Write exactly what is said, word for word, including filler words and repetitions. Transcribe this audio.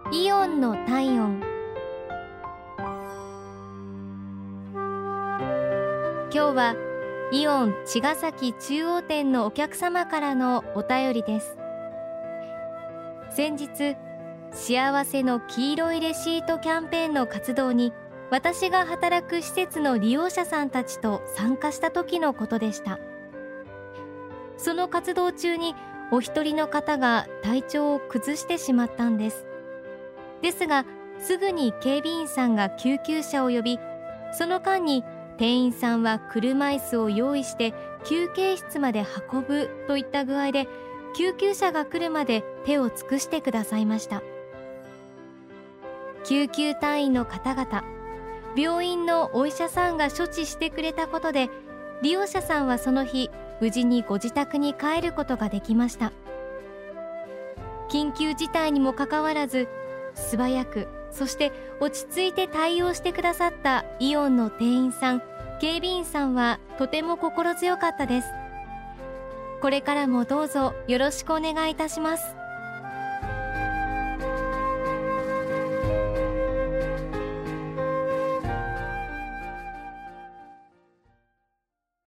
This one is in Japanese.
イオンの体温。今日はイオン茅ヶ崎中央店のお客様からのお便りです。先日、幸せの黄色いレシートキャンペーンの活動に私が働く施設の利用者さんたちと参加した時のことでした。その活動中にお一人の方が体調を崩してしまったんです。ですが、すぐに警備員さんが救急車を呼び、その間に店員さんは車椅子を用意して休憩室まで運ぶといった具合で、救急車が来るまで手を尽くしてくださいました。救急隊員の方々、病院のお医者さんが処置してくれたことで、利用者さんはその日無事にご自宅に帰ることができました。緊急事態にもかかわらず、素早くそして落ち着いて対応してくださったイオンの店員さん、警備員さんはとても心強かったです。これからもどうぞよろしくお願いいたします。